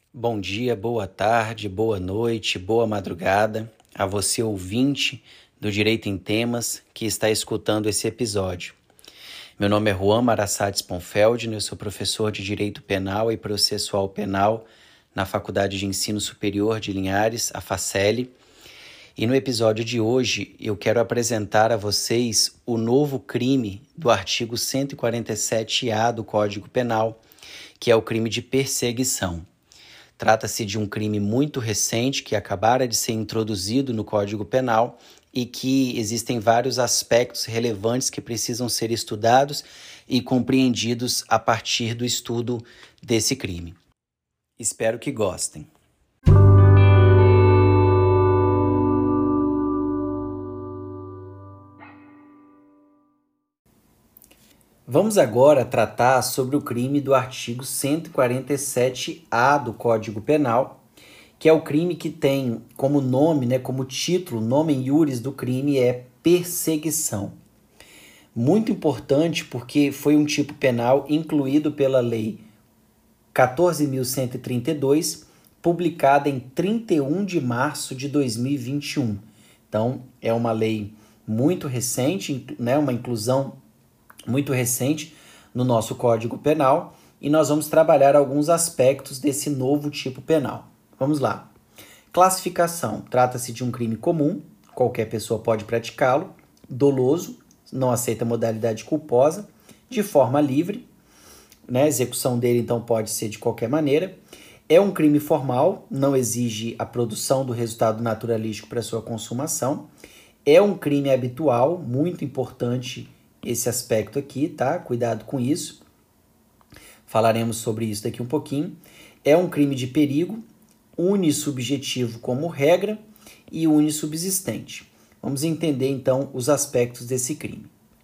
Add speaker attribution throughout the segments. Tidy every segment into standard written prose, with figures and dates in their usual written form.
Speaker 1: Bom dia, boa tarde, boa noite, boa madrugada a você ouvinte do Direito em Temas que está escutando esse episódio. Meu nome é Juan Marassades Ponfeldner, eu sou professor de Direito Penal e Processual Penal na Faculdade de Ensino Superior de Linhares, a FACELI, e no episódio de hoje eu quero apresentar a vocês o novo crime do artigo 147-A do Código Penal, que é o crime de perseguição. Trata-se de um crime muito recente que acabara de ser introduzido no Código Penal e que existem vários aspectos relevantes que precisam ser estudados e compreendidos a partir do estudo desse crime. Espero que gostem. Vamos agora tratar sobre o crime do artigo 147-A do Código Penal, que é o crime que tem como nome, como título, nomen iuris do crime é perseguição. Muito importante porque foi um tipo penal incluído pela Lei 14.132, publicada em 31 de março de 2021. Então, é uma lei muito recente, uma inclusão muito recente no nosso Código Penal, e nós vamos trabalhar alguns aspectos desse novo tipo penal. Vamos lá. Classificação. Trata-se de um crime comum, qualquer pessoa pode praticá-lo, doloso, não aceita modalidade culposa, de forma livre, a execução dele então pode ser de qualquer maneira. É um crime formal, não exige a produção do resultado naturalístico para sua consumação. É um crime habitual, muito importante esse aspecto aqui, tá? Cuidado com isso. Falaremos sobre isso daqui um pouquinho. É um crime de perigo, unissubjetivo como regra e unissubsistente. Vamos entender então os aspectos desse crime.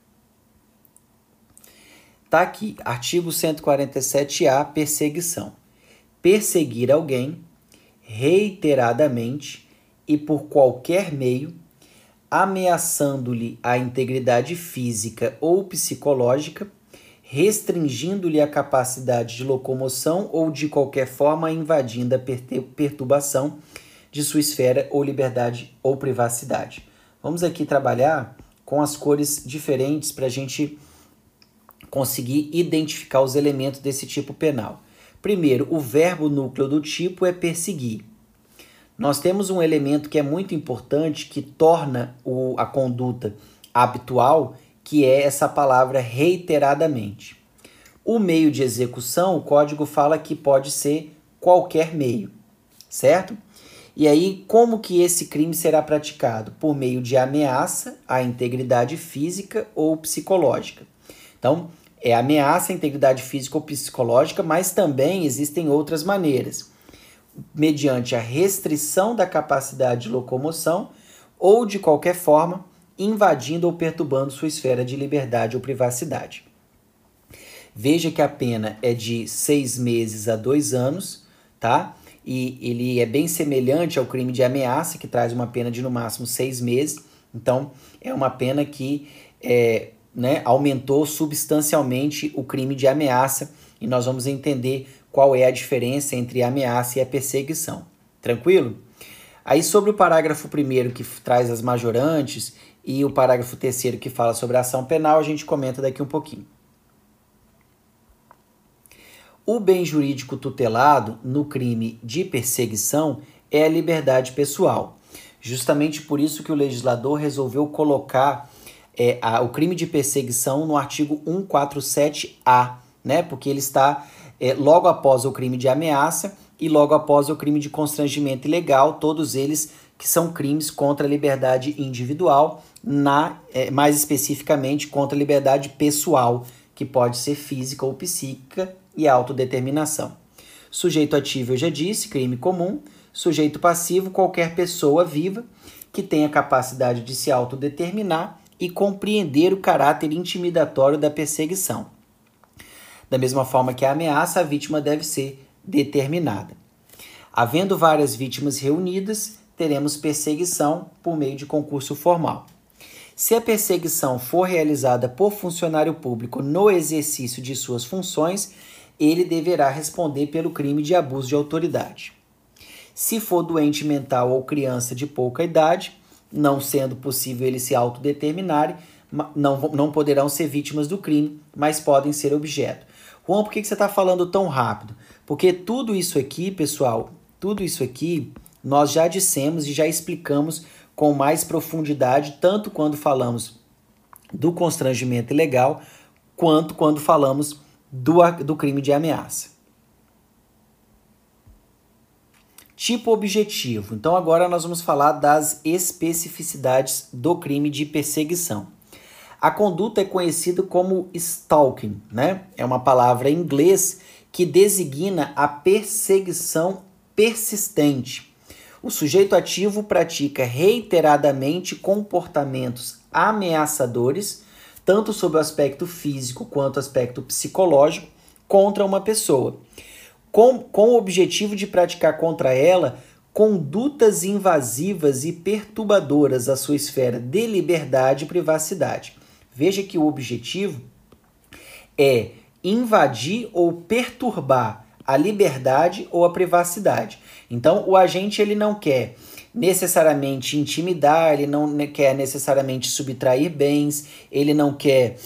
Speaker 1: Tá aqui, artigo 147-A, perseguição. Perseguir alguém reiteradamente e por qualquer meio, ameaçando-lhe a integridade física ou psicológica, restringindo-lhe a capacidade de locomoção ou de qualquer forma invadindo a perturbação de sua esfera ou liberdade ou privacidade. Vamos aqui trabalhar com as cores diferentes para a gente conseguir identificar os elementos desse tipo penal. Primeiro, o verbo núcleo do tipo é perseguir. Nós temos um elemento que é muito importante que torna a conduta habitual, que é essa palavra reiteradamente. O meio de execução, o código fala que pode ser qualquer meio, certo? E aí, como que esse crime será praticado? Por meio de ameaça à integridade física ou psicológica. Então, é ameaça à integridade física ou psicológica, mas também existem outras maneiras. Mediante a restrição da capacidade de locomoção ou, de qualquer forma, invadindo ou perturbando sua esfera de liberdade ou privacidade. Veja que a pena é de 6 meses a 2 anos, tá? E ele é bem semelhante ao crime de ameaça, que traz uma pena de no máximo 6 meses. Então, é uma pena que aumentou substancialmente o crime de ameaça, e nós vamos entender qual é a diferença entre a ameaça e a perseguição. Tranquilo? Aí sobre o parágrafo 1º que traz as majorantes e o parágrafo 3º que fala sobre a ação penal, a gente comenta daqui um pouquinho. O bem jurídico tutelado no crime de perseguição é a liberdade pessoal. Justamente por isso que o legislador resolveu colocar o crime de perseguição no artigo 147-A, porque ele está logo após o crime de ameaça e logo após o crime de constrangimento ilegal, todos eles que são crimes contra a liberdade individual, mais especificamente contra a liberdade pessoal, que pode ser física ou psíquica, e a autodeterminação. Sujeito ativo, eu já disse, crime comum. Sujeito passivo, qualquer pessoa viva que tenha capacidade de se autodeterminar e compreender o caráter intimidatório da perseguição. Da mesma forma que a ameaça, a vítima deve ser determinada. Havendo várias vítimas reunidas, teremos perseguição por meio de concurso formal. Se a perseguição for realizada por funcionário público no exercício de suas funções, ele deverá responder pelo crime de abuso de autoridade. Se for doente mental ou criança de pouca idade, não sendo possível eles se autodeterminarem, não poderão ser vítimas do crime, mas podem ser objeto. Juan, por que você está falando tão rápido? Porque tudo isso aqui, pessoal, tudo isso aqui nós já dissemos e já explicamos com mais profundidade, tanto quando falamos do constrangimento ilegal, quanto quando falamos do crime de ameaça. Tipo objetivo. Então agora nós vamos falar das especificidades do crime de perseguição. A conduta é conhecida como stalking, né? É uma palavra em inglês que designa a perseguição persistente. O sujeito ativo pratica reiteradamente comportamentos ameaçadores, tanto sob o aspecto físico quanto o aspecto psicológico, contra uma pessoa, com o objetivo de praticar contra ela condutas invasivas e perturbadoras à sua esfera de liberdade e privacidade. Veja que o objetivo é invadir ou perturbar a liberdade ou a privacidade. Então, o agente ele não quer necessariamente intimidar, ele não quer necessariamente subtrair bens, ele não quer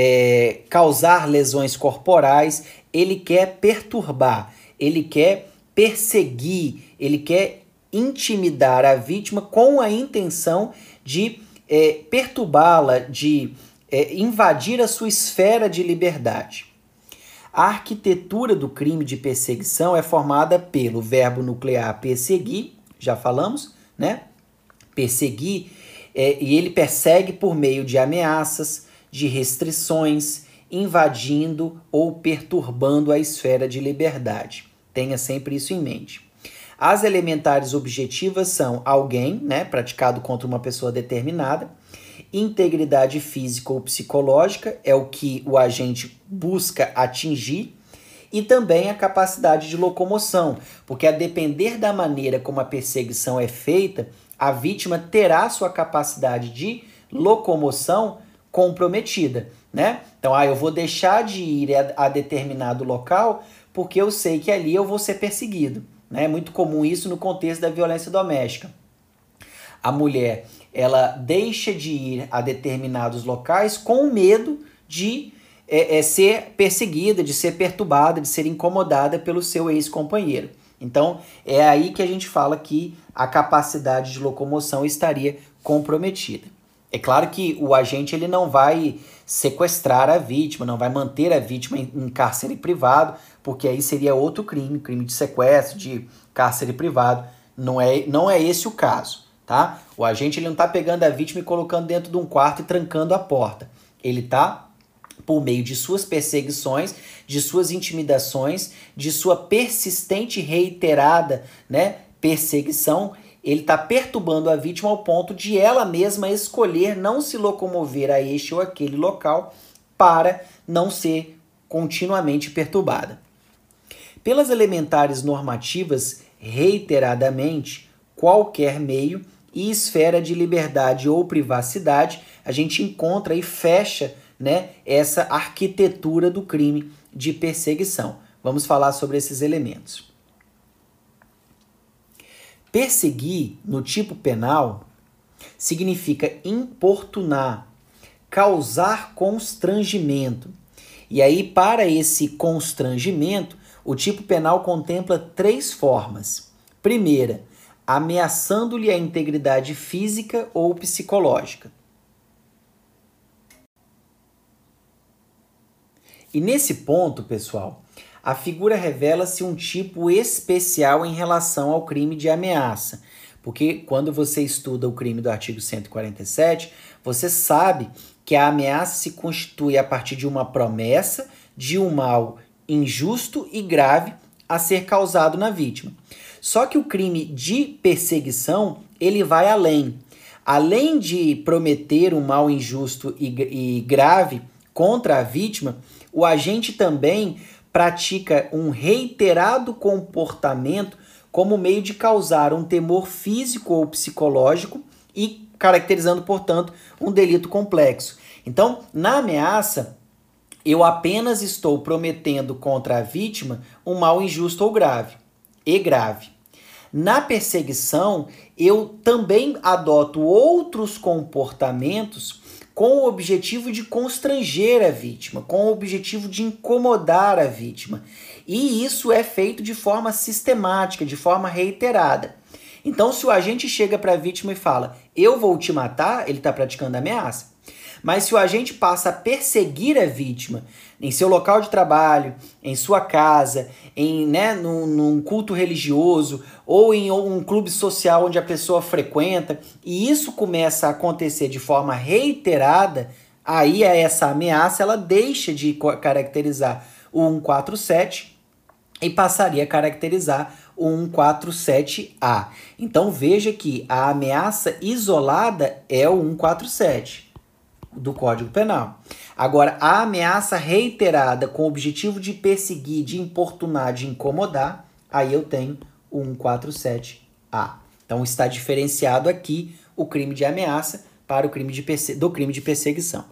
Speaker 1: causar lesões corporais, ele quer perturbar, ele quer perseguir, ele quer intimidar a vítima com a intenção de perturbá-la, de invadir a sua esfera de liberdade. A arquitetura do crime de perseguição é formada pelo verbo nuclear perseguir, já falamos, né? Perseguir, e ele persegue por meio de ameaças, de restrições, invadindo ou perturbando a esfera de liberdade. Tenha sempre isso em mente. As elementares objetivas são alguém, né, praticado contra uma pessoa determinada, integridade física ou psicológica, é o que o agente busca atingir, e também a capacidade de locomoção, porque a depender da maneira como a perseguição é feita, a vítima terá sua capacidade de locomoção comprometida, né? Então, eu vou deixar de ir a determinado local porque eu sei que ali eu vou ser perseguido, né? É muito comum isso no contexto da violência doméstica. A mulher, ela deixa de ir a determinados locais com medo de ser perseguida, de ser perturbada, de ser incomodada pelo seu ex-companheiro. Então, é aí que a gente fala que a capacidade de locomoção estaria comprometida. É claro que o agente ele não vai sequestrar a vítima, não vai manter a vítima em cárcere privado, porque aí seria outro crime, crime de sequestro, de cárcere privado. Não é esse o caso, tá? O agente ele não está pegando a vítima e colocando dentro de um quarto e trancando a porta. Ele está, por meio de suas perseguições, de suas intimidações, de sua persistente e reiterada, né, perseguição, ele está perturbando a vítima ao ponto de ela mesma escolher não se locomover a este ou aquele local para não ser continuamente perturbada. Pelas elementares normativas, reiteradamente, qualquer meio e esfera de liberdade ou privacidade, a gente encontra e fecha, né, essa arquitetura do crime de perseguição. Vamos falar sobre esses elementos. Perseguir, no tipo penal, significa importunar, causar constrangimento. E aí, para esse constrangimento, o tipo penal contempla 3 formas. Primeira, ameaçando-lhe a integridade física ou psicológica. E nesse ponto, pessoal, a figura revela-se um tipo especial em relação ao crime de ameaça, porque quando você estuda o crime do artigo 147, você sabe que a ameaça se constitui a partir de uma promessa de um mal injusto e grave a ser causado na vítima. Só que o crime de perseguição, ele vai além. Além de prometer um mal injusto e grave contra a vítima, o agente também pratica um reiterado comportamento como meio de causar um temor físico ou psicológico e caracterizando, portanto, um delito complexo. Então, na ameaça, eu apenas estou prometendo contra a vítima um mal injusto ou grave, e grave. Na perseguição, eu também adoto outros comportamentos com o objetivo de constranger a vítima, com o objetivo de incomodar a vítima. E isso é feito de forma sistemática, de forma reiterada. Então, se o agente chega para a vítima e fala, eu vou te matar, ele está praticando ameaça. Mas se o agente passa a perseguir a vítima em seu local de trabalho, em sua casa, num culto religioso ou em um clube social onde a pessoa frequenta, e isso começa a acontecer de forma reiterada, aí essa ameaça ela deixa de caracterizar o 147 e passaria a caracterizar o 147A. Então veja que a ameaça isolada é o 147 do Código Penal. Agora, a ameaça reiterada com o objetivo de perseguir, de importunar, de incomodar, aí eu tenho o 147A. Então está diferenciado aqui o crime de ameaça para o crime do crime de perseguição.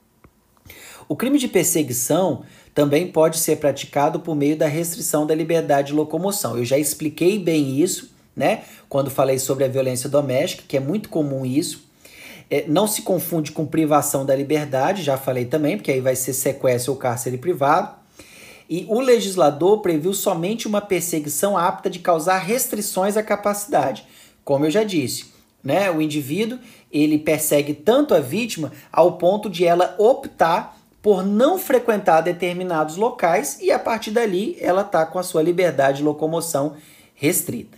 Speaker 1: O crime de perseguição também pode ser praticado por meio da restrição da liberdade de locomoção. Eu já expliquei bem isso, né, quando falei sobre a violência doméstica, que é muito comum isso. Não se confunde com privação da liberdade, já falei também, porque aí vai ser sequestro ou cárcere privado. E o legislador previu somente uma perseguição apta de causar restrições à capacidade. Como eu já disse, né, o indivíduo ele persegue tanto a vítima ao ponto de ela optar por não frequentar determinados locais e a partir dali ela está com a sua liberdade de locomoção restrita.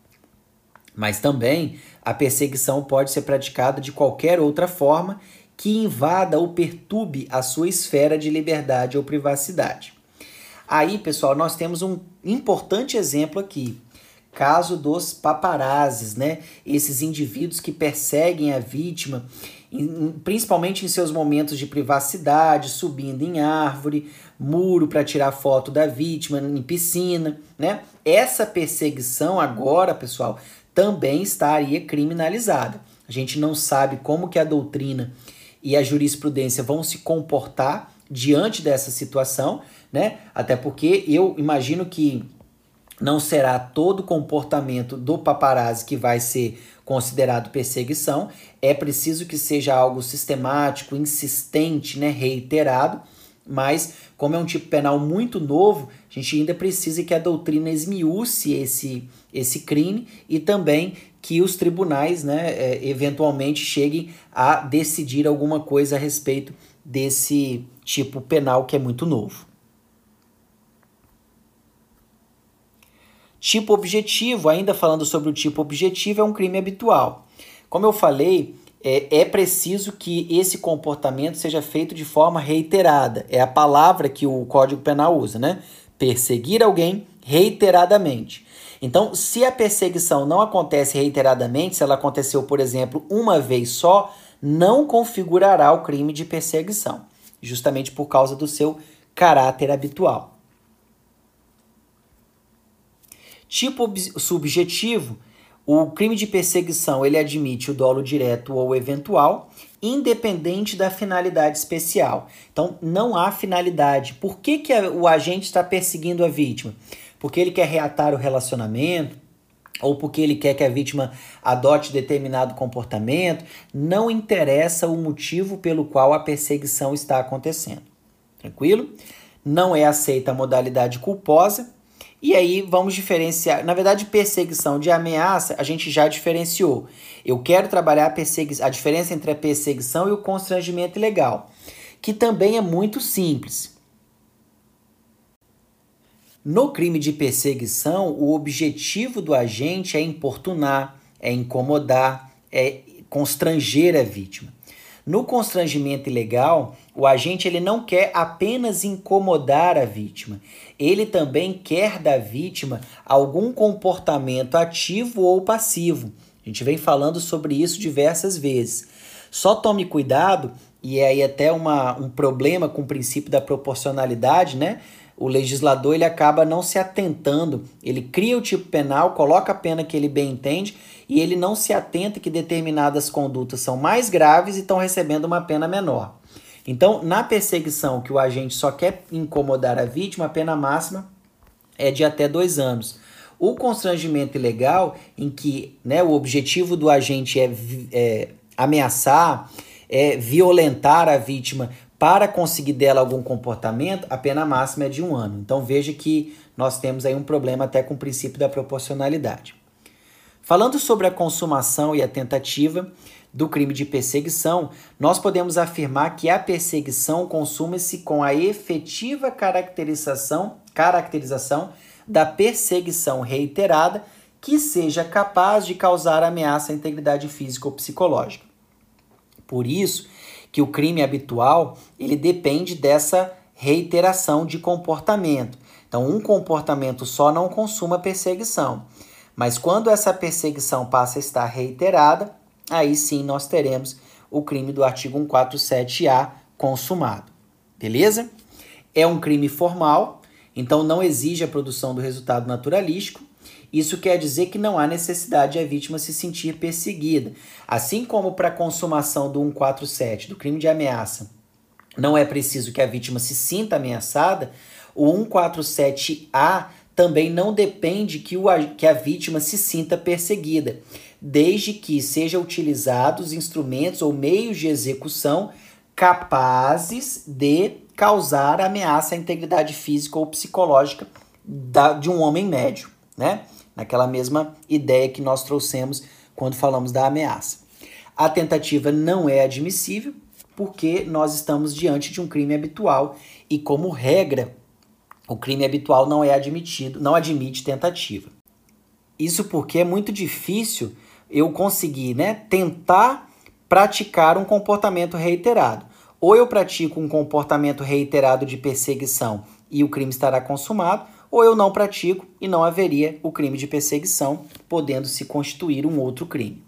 Speaker 1: Mas também a perseguição pode ser praticada de qualquer outra forma que invada ou perturbe a sua esfera de liberdade ou privacidade. Aí, pessoal, nós temos um importante exemplo aqui. Caso dos paparazzis, né? Esses indivíduos que perseguem a vítima, principalmente em seus momentos de privacidade, subindo em árvore, muro para tirar foto da vítima, em piscina, né? Essa perseguição agora, pessoal, também estaria criminalizada. A gente não sabe como que a doutrina e a jurisprudência vão se comportar diante dessa situação, né? Até porque eu imagino que não será todo comportamento do paparazzi que vai ser considerado perseguição. É preciso que seja algo sistemático, insistente, né? Reiterado. Mas, como é um tipo penal muito novo, a gente ainda precisa que a doutrina esmiúce esse crime e também que os tribunais, né, eventualmente cheguem a decidir alguma coisa a respeito desse tipo penal que é muito novo. Tipo objetivo, ainda falando sobre o tipo objetivo, é um crime habitual. Como eu falei, é preciso que esse comportamento seja feito de forma reiterada. É a palavra que o Código Penal usa, né? Perseguir alguém reiteradamente. Então, se a perseguição não acontece reiteradamente, se ela aconteceu, por exemplo, uma vez só, não configurará o crime de perseguição, justamente por causa do seu caráter habitual. Tipo subjetivo, o crime de perseguição ele admite o dolo direto ou eventual, independente da finalidade especial. Então, não há finalidade. Por que o agente está perseguindo a vítima? Porque ele quer reatar o relacionamento, ou porque ele quer que a vítima adote determinado comportamento. Não interessa o motivo pelo qual a perseguição está acontecendo. Tranquilo? Não é aceita a modalidade culposa. E aí vamos diferenciar, na verdade perseguição de ameaça a gente já diferenciou. Eu quero trabalhar a diferença entre a perseguição e o constrangimento ilegal, que também é muito simples. No crime de perseguição, o objetivo do agente é importunar, é incomodar, é constranger a vítima. No constrangimento ilegal, o agente ele não quer apenas incomodar a vítima, ele também quer da vítima algum comportamento ativo ou passivo. A gente vem falando sobre isso diversas vezes. Só tome cuidado, e é aí até um problema com o princípio da proporcionalidade, né? O legislador ele acaba não se atentando, ele cria o tipo penal, coloca a pena que ele bem entende e ele não se atenta que determinadas condutas são mais graves e estão recebendo uma pena menor. Então, na perseguição que o agente só quer incomodar a vítima, a pena máxima é de até 2 anos. O constrangimento ilegal, em que, né, o objetivo do agente é ameaçar, é violentar a vítima para conseguir dela algum comportamento, a pena máxima é de 1 ano. Então veja que nós temos aí um problema até com o princípio da proporcionalidade. Falando sobre a consumação e a tentativa do crime de perseguição, nós podemos afirmar que a perseguição consuma-se com a efetiva caracterização da perseguição reiterada que seja capaz de causar ameaça à integridade física ou psicológica. Por isso que o crime habitual, ele depende dessa reiteração de comportamento. Então, um comportamento só não consuma perseguição. Mas quando essa perseguição passa a estar reiterada, aí sim nós teremos o crime do artigo 147-A consumado. Beleza? É um crime formal, então não exige a produção do resultado naturalístico. Isso quer dizer que não há necessidade de a vítima se sentir perseguida. Assim como para a consumação do 147, do crime de ameaça, não é preciso que a vítima se sinta ameaçada, o 147-A também não depende que a vítima se sinta perseguida, desde que sejam utilizados instrumentos ou meios de execução capazes de causar ameaça à integridade física ou psicológica de um homem médio, né? Naquela mesma ideia que nós trouxemos quando falamos da ameaça. A tentativa não é admissível porque nós estamos diante de um crime habitual e, como regra, o crime habitual não admite tentativa. Isso porque é muito difícil eu conseguir, né, tentar praticar um comportamento reiterado. Ou eu pratico um comportamento reiterado de perseguição e o crime estará consumado, ou eu não pratico e não haveria o crime de perseguição, podendo se constituir um outro crime.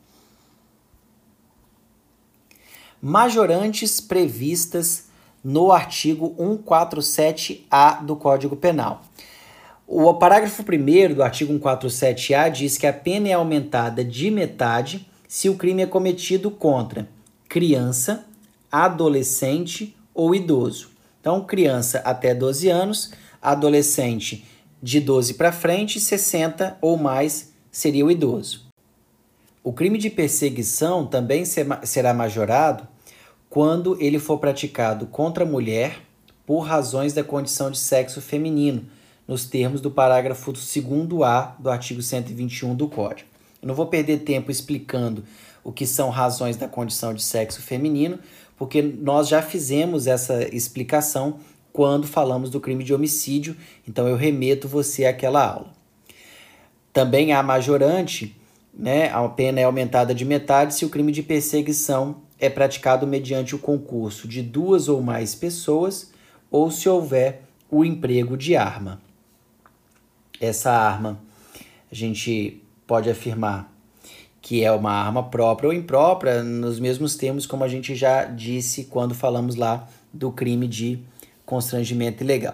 Speaker 1: Majorantes previstas no artigo 147-A do Código Penal. O parágrafo 1º do artigo 147-A diz que a pena é aumentada de metade se o crime é cometido contra criança, adolescente ou idoso. Então, criança até 12 anos, adolescente de 12 para frente, 60 ou mais seria o idoso. O crime de perseguição também será majorado quando ele for praticado contra a mulher por razões da condição de sexo feminino, nos termos do parágrafo 2º-A do artigo 121 do Código. Eu não vou perder tempo explicando o que são razões da condição de sexo feminino, porque nós já fizemos essa explicação quando falamos do crime de homicídio, então eu remeto você àquela aula. Também há majorante, né, a pena é aumentada de metade se o crime de perseguição é praticado mediante o concurso de 2 ou mais pessoas ou se houver o emprego de arma. Essa arma, a gente pode afirmar que é uma arma própria ou imprópria, nos mesmos termos como a gente já disse quando falamos lá do crime de constrangimento ilegal.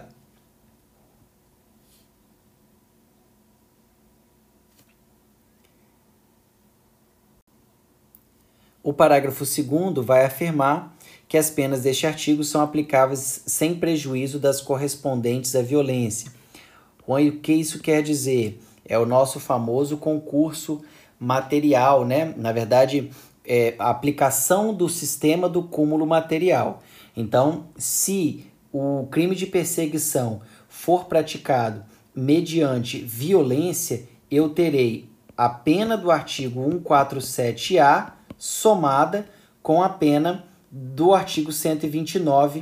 Speaker 1: O parágrafo 2º vai afirmar que as penas deste artigo são aplicáveis sem prejuízo das correspondentes à violência. O que isso quer dizer? É o nosso famoso concurso material, né? Na verdade, é a aplicação do sistema do cúmulo material. Então, se o crime de perseguição for praticado mediante violência, eu terei a pena do artigo 147-A somada com a pena do artigo 129,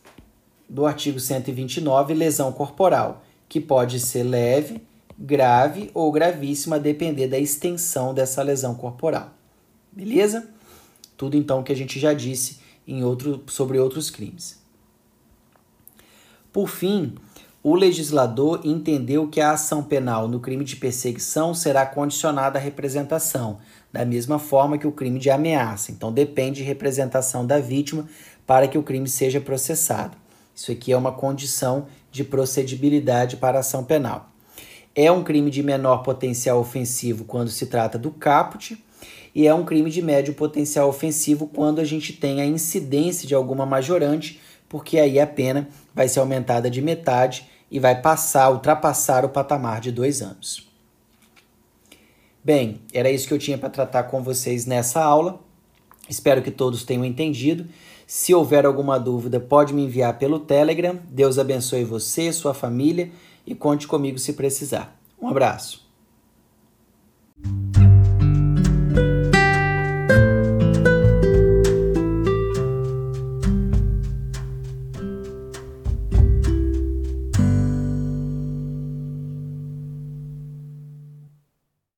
Speaker 1: lesão corporal, que pode ser leve, grave ou gravíssima, a depender da extensão dessa lesão corporal. Beleza? Tudo então que a gente já disse sobre outros crimes. Por fim, o legislador entendeu que a ação penal no crime de perseguição será condicionada à representação, da mesma forma que o crime de ameaça. Então, depende de representação da vítima para que o crime seja processado. Isso aqui é uma condição de procedibilidade para a ação penal. É um crime de menor potencial ofensivo quando se trata do caput e é um crime de médio potencial ofensivo quando a gente tem a incidência de alguma majorante, porque aí a pena vai ser aumentada de metade e vai ultrapassar o patamar de 2 anos. Bem, era isso que eu tinha para tratar com vocês nessa aula. Espero que todos tenham entendido. Se houver alguma dúvida, pode me enviar pelo Telegram. Deus abençoe você, sua família e conte comigo se precisar. Um abraço.